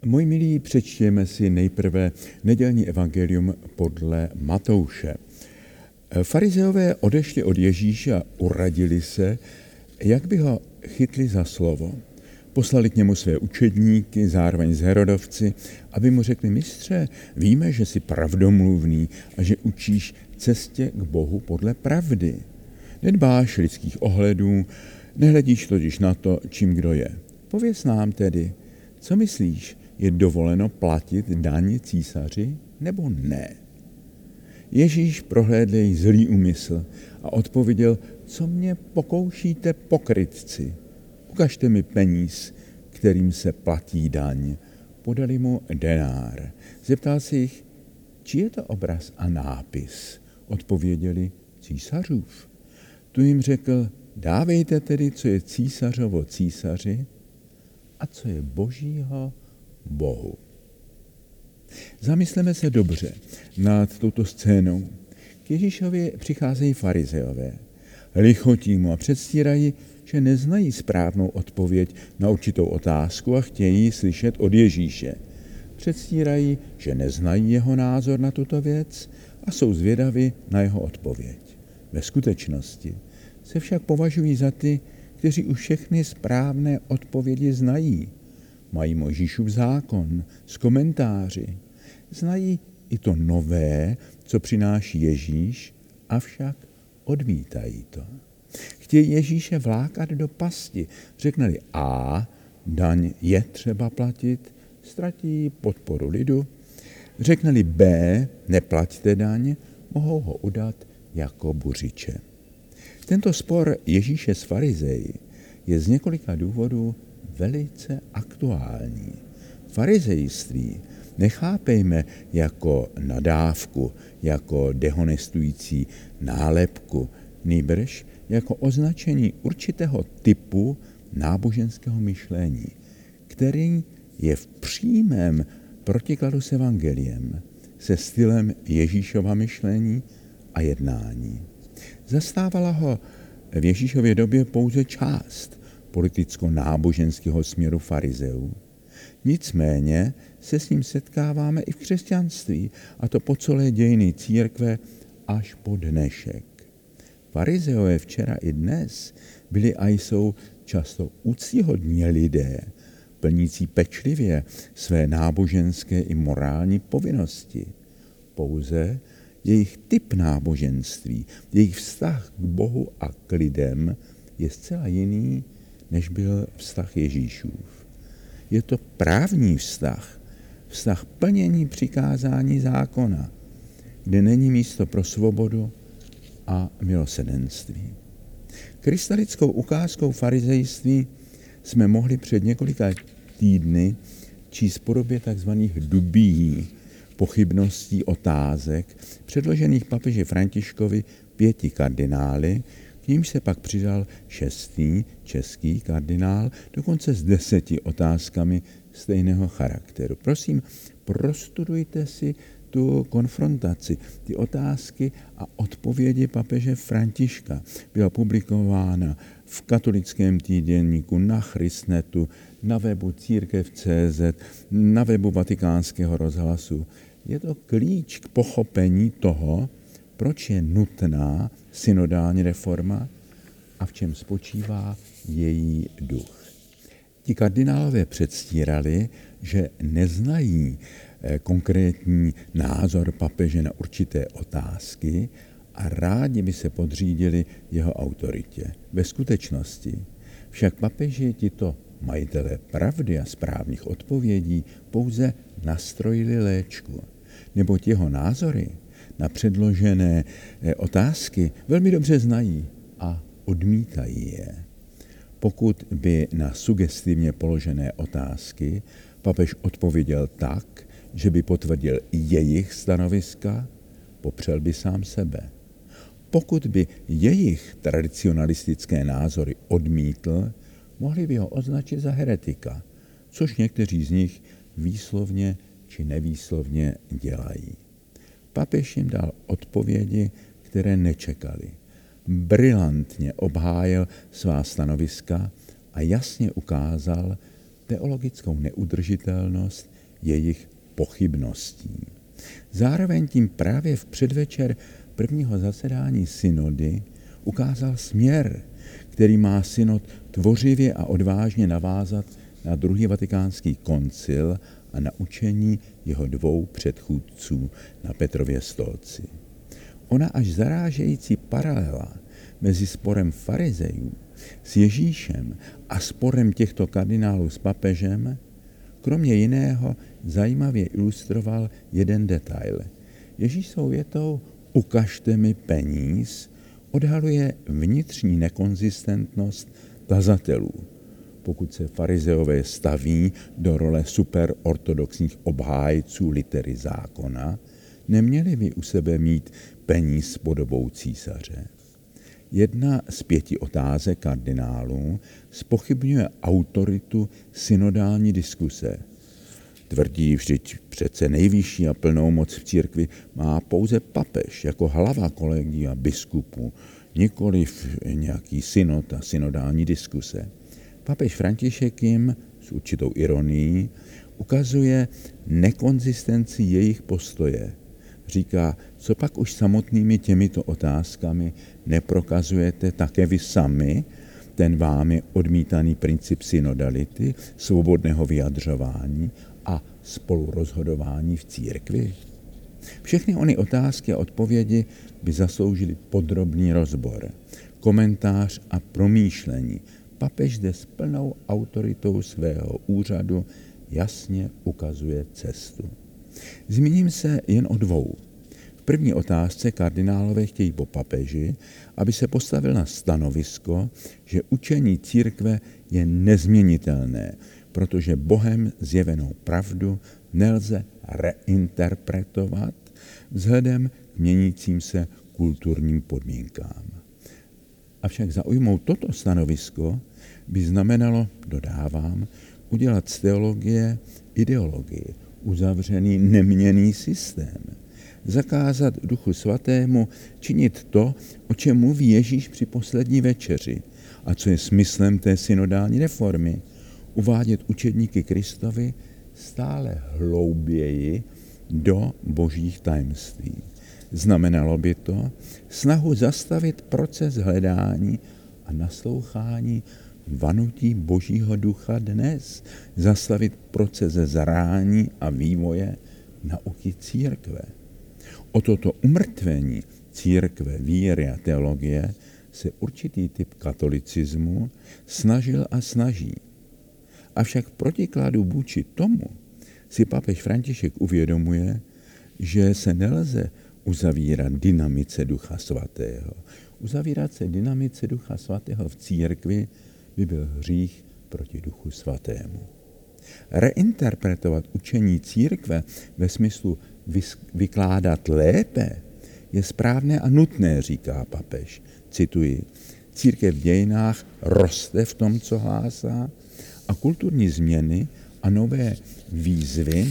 Moji milí, přečtěme si nejprve nedělní evangelium podle Matouše. Farizeové odešli od Ježíše a uradili se, jak by ho chytli za slovo. Poslali k němu své učedníky, zároveň s Herodovci, aby mu řekli: Mistře, víme, že jsi pravdomluvný a že učíš cestě k Bohu podle pravdy. Nedbáš lidských ohledů, nehledíš totiž na to, čím kdo je. Pověz nám tedy, co myslíš, je dovoleno platit daň císaři nebo ne? Ježíš prohlédl její zlý úmysl a odpověděl: Co mě pokoušíte, pokrytci? Ukažte mi peníz, kterým se platí daň. Podali mu denár. Zeptal se jich: Čí je to obraz a nápis? Odpověděli: Císařův. Tu jim řekl: Dávejte tedy, co je císařovo císaři a co je božího Bohu. Zamysleme se dobře nad touto scénou. K Ježíšovi přicházejí farizeové. Lichotí mu a předstírají, že neznají správnou odpověď na určitou otázku a chtějí slyšet od Ježíše. Předstírají, že neznají jeho názor na tuto věc a jsou zvědaví na jeho odpověď. Ve skutečnosti se však považují za ty, kteří už všechny správné odpovědi znají. Mají Mojžíšův zákon s komentáři. Znají i to nové, co přináší Ježíš, avšak odmítají to. Chtějí Ježíše vlákat do pasti. Řekneli A, daň je třeba platit, ztratí podporu lidu. Řekneli B, neplaťte daň, mohou ho udat jako buřiče. Tento spor Ježíše s farizeji je z několika důvodů velice aktuální. Farizejství nechápejme jako nadávku, jako dehonestující nálepku, nýbrž jako označení určitého typu náboženského myšlení, který je v přímém protikladu s evangeliem, se stylem Ježíšova myšlení a jednání. Zastávala ho v Ježíšově době pouze část politicko-náboženského směru farizeů. Nicméně se s ním setkáváme i v křesťanství, a to po celé dějiny církve až po dnešek. Farizeové včera i dnes byli a jsou často úctyhodní lidé, plnící pečlivě své náboženské i morální povinnosti. Pouze jejich typ náboženství, jejich vztah k Bohu a k lidem je zcela jiný, než byl vztah Ježíšův. Je to právní vztah, vztah plnění přikázání zákona, kde není místo pro svobodu a milosrdenství. Krystalickou ukázkou farizejství jsme mohli před několika týdny číst v podobě tzv. Dubí, pochybností, otázek, předložených papeži Františkovi 5 kardinály, k nímž se pak přidal 6. český kardinál, dokonce s 10 otázkami stejného charakteru. Prosím, prostudujte si tu konfrontaci, ty otázky a odpovědi papeže Františka. Byla publikována v katolickém týdeníku, na Chrisnetu, na webu Církev.cz, na webu Vatikánského rozhlasu. Je to klíč k pochopení toho, proč je nutná synodální reforma a v čem spočívá její duch. Ti kardinálové předstírali, že neznají konkrétní názor papeže na určité otázky a rádi by se podřídili jeho autoritě. Ve skutečnosti však papeži tito majitelé pravdy a správných odpovědí pouze nastrojili léčku, neboť jeho názory na předložené otázky velmi dobře znají a odmítají je. Pokud by na sugestivně položené otázky papež odpověděl tak, že by potvrdil jejich stanoviska, popřel by sám sebe. Pokud by jejich tradicionalistické názory odmítl, mohli by ho označit za heretika, což někteří z nich výslovně či nevýslovně dělají. Papež jim dal odpovědi, které nečekali. Brilantně obhájil svá stanoviska a jasně ukázal, teologickou neudržitelnost jejich pochybností. Zároveň tím právě v předvečer prvního zasedání synody ukázal směr, který má synod tvořivě a odvážně navázat na druhý vatikánský koncil a na učení jeho dvou předchůdců na Petrově stolci. Ona až zarážející paralela mezi sporem farizejů s Ježíšem a sporem těchto kardinálů s papežem kromě jiného zajímavě ilustroval jeden detail. Ježíš svou větou "ukažte mi peníz" odhaluje vnitřní nekonzistentnost tazatelů. Pokud se farizeové staví do role superortodoxních obhájců litery zákona, neměli by u sebe mít peníz s podobou císaře. Jedna z 5 otázek kardinálů zpochybňuje autoritu synodální diskuse. Tvrdí, vždyť přece nejvyšší a plnou moc v církvi má pouze papež jako hlava kolegia biskupů, nikoliv nějaký synod a synodální diskuse. Papež František jim s určitou ironií ukazuje nekonzistenci jejich postoje. Říká, co pak už samotnými těmito otázkami neprokazujete také vy sami, ten vámi odmítaný princip synodality, svobodného vyjadřování a spolurozhodování v církvi? Všechny ony otázky a odpovědi by zasloužily podrobný rozbor, komentář a promýšlení. Papež zde s plnou autoritou svého úřadu jasně ukazuje cestu. Zmíním se jen o 2. V první otázce kardinálové chtějí po papeži, aby se postavil na stanovisko, že učení církve je nezměnitelné, protože Bohem zjevenou pravdu nelze reinterpretovat vzhledem k měnícím se kulturním podmínkám. Avšak zaujmout toto stanovisko by znamenalo, dodávám, udělat z teologie ideologii, uzavřený neměnný systém. Zakázat Duchu Svatému činit to, o čem mluví Ježíš při poslední večeři a co je smyslem té synodální reformy. Uvádět učedníky Kristovi stále hlouběji do božích tajemství. Znamenalo by to snahu zastavit proces hledání a naslouchání vanutí Božího ducha dnes, zastavit proces zrání a vývoje nauky církve. O toto umrtvení církve, víry a teologie se určitý typ katolicismu snažil a snaží. Avšak v protikladu vůči tomu si papež František uvědomuje, že se nelze uzavírat dynamice Ducha Svatého. Uzavírat se dynamice Ducha Svatého v církvi by byl hřích proti Duchu Svatému. Reinterpretovat učení církve ve smyslu vykládat lépe je správné a nutné, říká papež. Cituji, církev v dějinách roste v tom, co hlásá, a kulturní změny a nové výzvy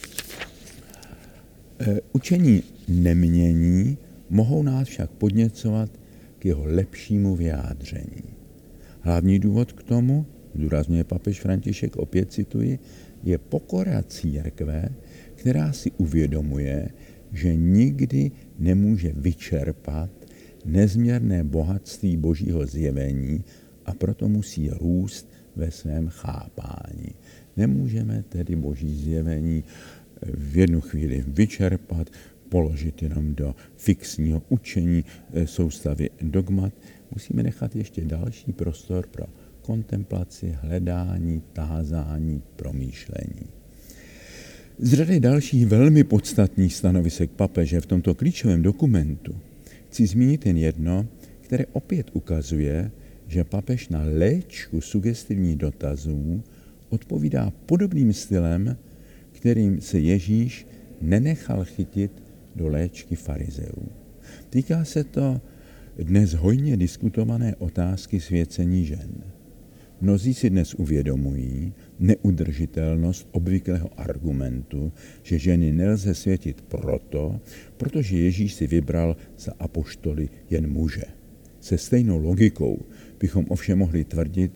učení nemění, mohou nás však podněcovat k jeho lepšímu vyjádření. Hlavní důvod k tomu, zdůrazňuje papež František, opět cituji, je pokora církve, která si uvědomuje, že nikdy nemůže vyčerpat nezměrné bohatství Božího zjevení a proto musí růst ve svém chápání. Nemůžeme tedy Boží zjevení v jednu chvíli vyčerpat, položit jenom do fixního učení soustavy dogmat. Musíme nechat ještě další prostor pro kontemplaci, hledání, tázání, promýšlení. Z řady dalších velmi podstatných stanovisek papeže v tomto klíčovém dokumentu chci zmínit jen jedno, které opět ukazuje, že papež na léčku sugestivních dotazů odpovídá podobným stylem, kterým se Ježíš nenechal chytit do léčky farizeů. Týká se to dnes hojně diskutované otázky svěcení žen. Mnozí si dnes uvědomují neudržitelnost obvyklého argumentu, že ženy nelze světit protože Ježíš si vybral za apoštoly jen muže. Se stejnou logikou bychom ovšem mohli tvrdit,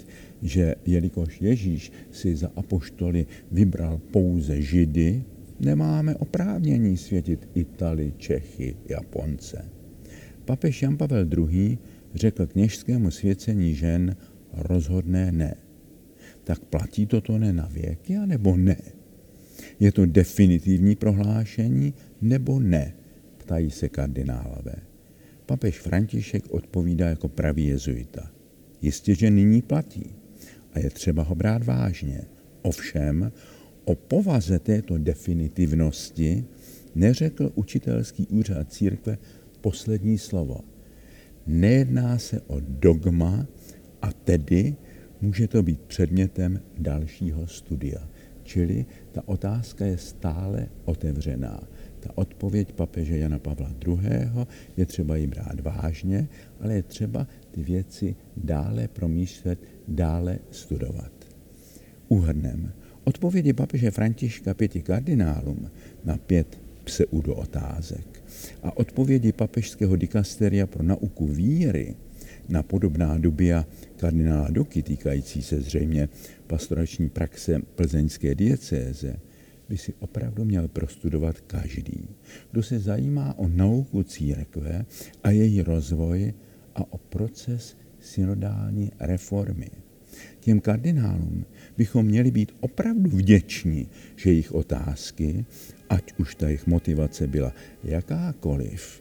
že jelikož Ježíš si za apoštoly vybral pouze Židy, nemáme oprávnění světit Italy, Čechy, Japonce. Papež Jan Pavel II. Řekl kněžskému svěcení žen rozhodné ne. Tak platí toto ne na věky, anebo ne? Je to definitivní prohlášení, nebo ne? Ptají se kardinálové. Papež František odpovídá jako pravý jezuita. Jistě, že nyní platí a je třeba ho brát vážně. Ovšem, o povaze této definitivnosti neřekl učitelský úřad církve poslední slovo. Nejedná se o dogma a tedy může to být předmětem dalšího studia. Čili ta otázka je stále otevřená. Ta odpověď papeže Jana Pavla II. Je třeba ji brát vážně, ale je třeba ty věci dále promýšlet, dále studovat. Úhrnem. Odpovědi papeže Františka 5 kardinálům na 5 pseudootázek a odpovědi papežského dikasteria pro nauku víry na podobná dubia kardinála Doky týkající se zřejmě pastorační praxe plzeňské diecéze by si opravdu měl prostudovat každý, kdo se zajímá o nauku církve a její rozvoj a o proces synodální reformy. Těm kardinálům bychom měli být opravdu vděční, že jejich otázky, ať už ta jejich motivace byla jakákoliv,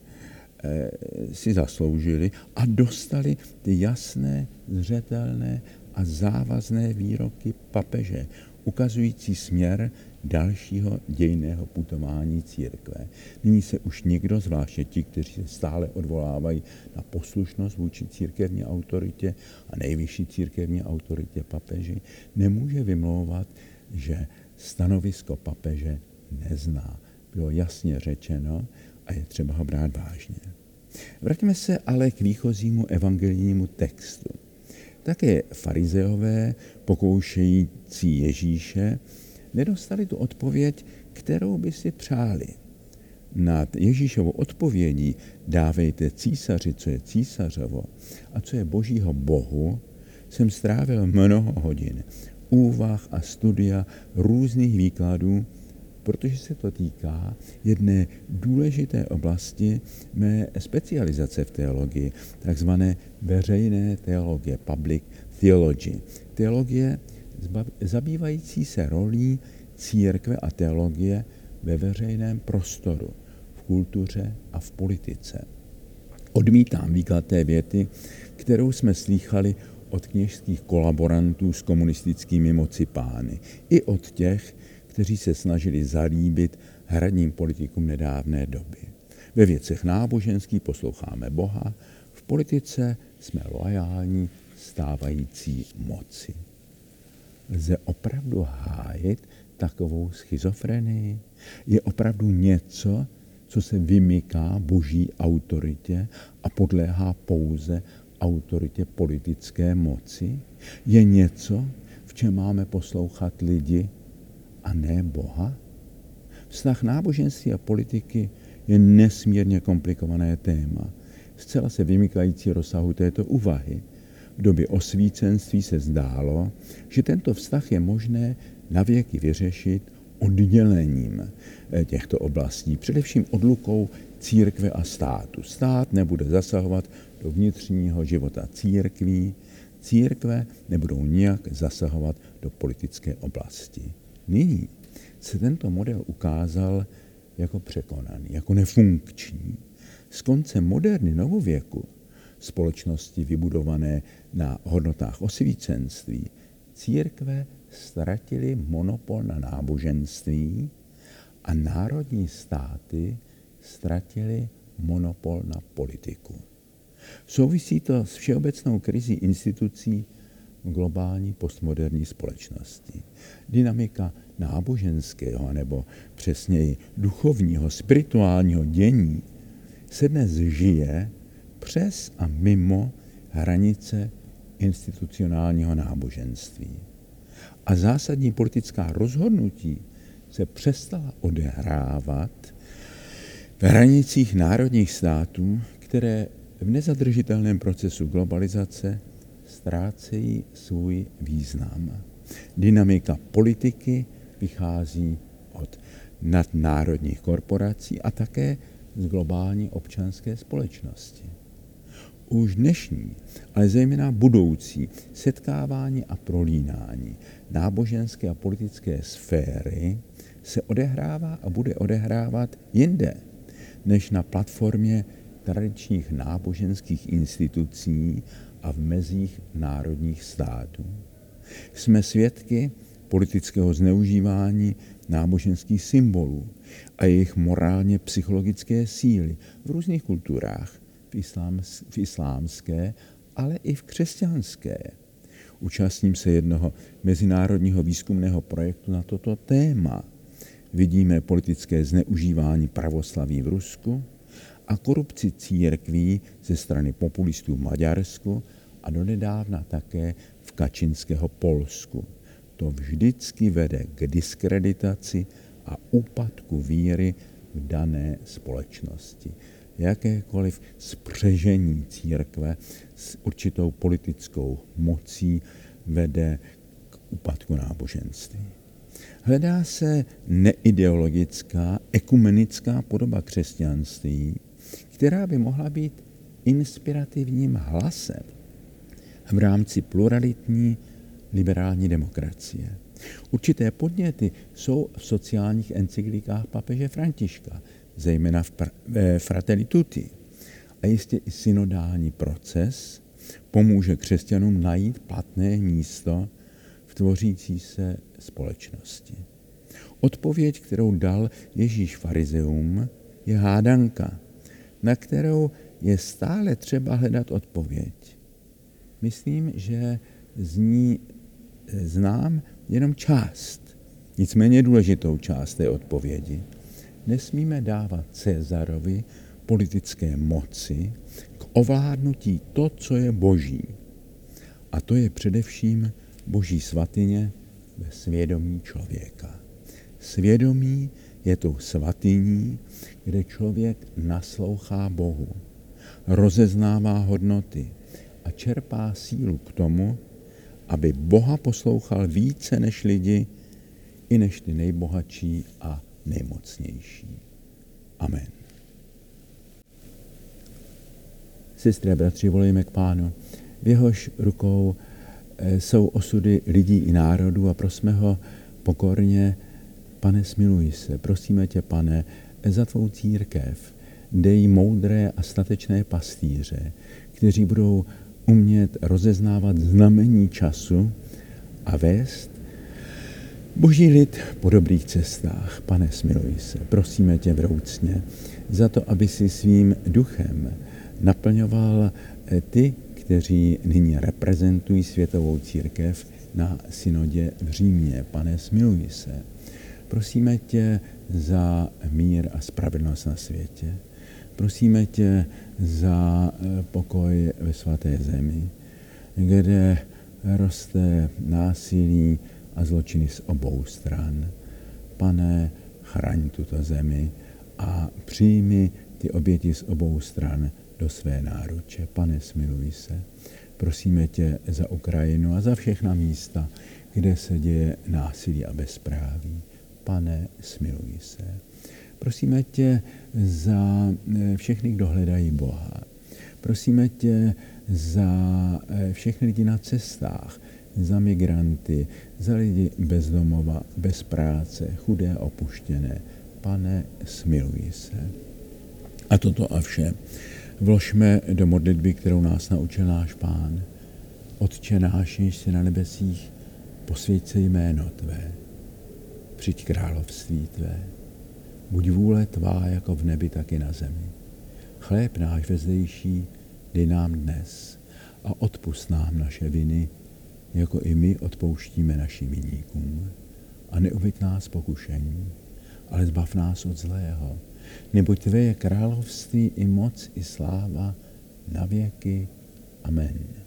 si zasloužili a dostali ty jasné, zřetelné a závazné výroky papeže, ukazující směr dalšího dějného putování církve. Nyní se už nikdo, zvláště ti, kteří se stále odvolávají na poslušnost vůči církevní autoritě a nejvyšší církevní autoritě papeži, nemůže vymlouvat, že stanovisko papeže nezná. Bylo jasně řečeno a je třeba ho brát vážně. Vraťme se ale k výchozímu evangelijnímu textu. Také farizeové, pokoušející Ježíše, nedostali tu odpověď, kterou by si přáli. Nad Ježíšovou odpovědí dávejte císaři, co je císařovo a co je božího bohu, jsem strávil mnoho hodin úvah a studia různých výkladů, protože se to týká jedné důležité oblasti mé specializace v teologii, takzvané veřejné teologie, public theology. Teologie zabývající se rolí církve a teologie ve veřejném prostoru, v kultuře a v politice. Odmítám výklad té věty, kterou jsme slýchali od kněžských kolaborantů s komunistickými mocipány, i od těch, kteří se snažili zalíbit hradním politikům nedávné doby. Ve věcech náboženských posloucháme Boha, v politice jsme loajální stávající moci. Lze opravdu hájit takovou schizofrenii? Je opravdu něco, co se vymyká boží autoritě a podléhá pouze autoritě politické moci? Je něco, v čem máme poslouchat lidi a ne Boha? Vztah náboženství a politiky je nesmírně komplikované téma, zcela se vymykající rozsahu této úvahy. V době osvícenství se zdálo, že tento vztah je možné navěky vyřešit oddělením těchto oblastí, především odlukou církve a státu. Stát nebude zasahovat do vnitřního života církví, církve nebudou nijak zasahovat do politické oblasti. Nyní se tento model ukázal jako překonaný, jako nefunkční. S koncem moderny novověku, společnosti vybudované na hodnotách osvícenství, církve ztratily monopol na náboženství a národní státy ztratily monopol na politiku. Souvisí to s všeobecnou krizí institucí v globální postmoderní společnosti. Dynamika náboženského nebo přesněji duchovního, spirituálního dění se dnes žije přes a mimo hranice institucionálního náboženství. A zásadní politická rozhodnutí se přestala odehrávat v hranicích národních států, které v nezadržitelném procesu globalizace ztrácejí svůj význam. Dynamika politiky vychází od nadnárodních korporací a také z globální občanské společnosti. Už dnešní, ale zejména budoucí setkávání a prolínání náboženské a politické sféry se odehrává a bude odehrávat jinde, než na platformě tradičních náboženských institucí a v mezích národních států. Jsme svědky politického zneužívání náboženských symbolů a jejich morálně psychologické síly v různých kulturách, v islámské, ale i v křesťanské. Účastním se jednoho mezinárodního výzkumného projektu na toto téma. Vidíme politické zneužívání pravoslaví v Rusku a korupci církví ze strany populistů v Maďarsku a donedávna také v kačinského Polsku. To vždycky vede k diskreditaci a úpadku víry v dané společnosti. Jakékoliv spřežení církve s určitou politickou mocí vede k úpadku náboženství. Hledá se neideologická, ekumenická podoba křesťanství, která by mohla být inspirativním hlasem v rámci pluralitní liberální demokracie. Určité podněty jsou v sociálních encyklikách papeže Františka, zejména ve Fratelli Tutti. A jistě i synodální proces pomůže křesťanům najít platné místo v tvořící se společnosti. Odpověď, kterou dal Ježíš farizeům, je hádanka, na kterou je stále třeba hledat odpověď. Myslím, že z ní znám jenom část, nicméně důležitou část té odpovědi. Nesmíme dávat Cezarovi politické moci k ovládnutí to, co je boží. A to je především boží svatyně ve svědomí člověka. Svědomí je tou svatyní, kde člověk naslouchá Bohu, rozeznává hodnoty a čerpá sílu k tomu, aby Boha poslouchal více než lidi, i než ty nejbohatší a nejmocnější. Amen. Sestry a bratři, volejme k Pánu. V jehož rukou jsou osudy lidí i národů a prosme ho pokorně: Pane, smiluj se, prosíme tě, Pane, za tvou církev. Dej moudré a statečné pastýře, kteří budou umět rozeznávat znamení času a vést boží lid po dobrých cestách. Pane, smiluj se, prosíme tě vroucně za to, aby si svým duchem naplňoval ty, kteří nyní reprezentují světovou církev na synodě v Římě. Pane, smiluj se. Prosíme tě za mír a spravedlnost na světě. Prosíme tě za pokoj ve svaté zemi, kde roste násilí a zločiny z obou stran. Pane, chraň tuto zemi a přijmi ty oběti z obou stran do své náruče. Pane, smiluj se. Prosíme tě za Ukrajinu a za všechna místa, kde se děje násilí a bezpráví. Pane, smiluj se. Prosíme tě za všechny, kdo hledají Boha. Prosíme tě za všechny lidi na cestách, za migranty, za lidi bez domova, bez práce, chudé a opuštěné. Pane, smiluj se. A toto a vše vložme do modlitby, kterou nás naučil náš Pán. Otče náš, jenž jsi na nebesích, posvěť se jméno tvé. Přijď království tvé. Buď vůle tvá jako v nebi, tak i na zemi. Chléb náš vezdejší dej nám dnes a odpusť nám naše viny, jako i my odpouštíme našim viníkům. A neuveď nás pokušení, ale zbav nás od zlého. Neboť tvé je království i moc i sláva na věky. Amen.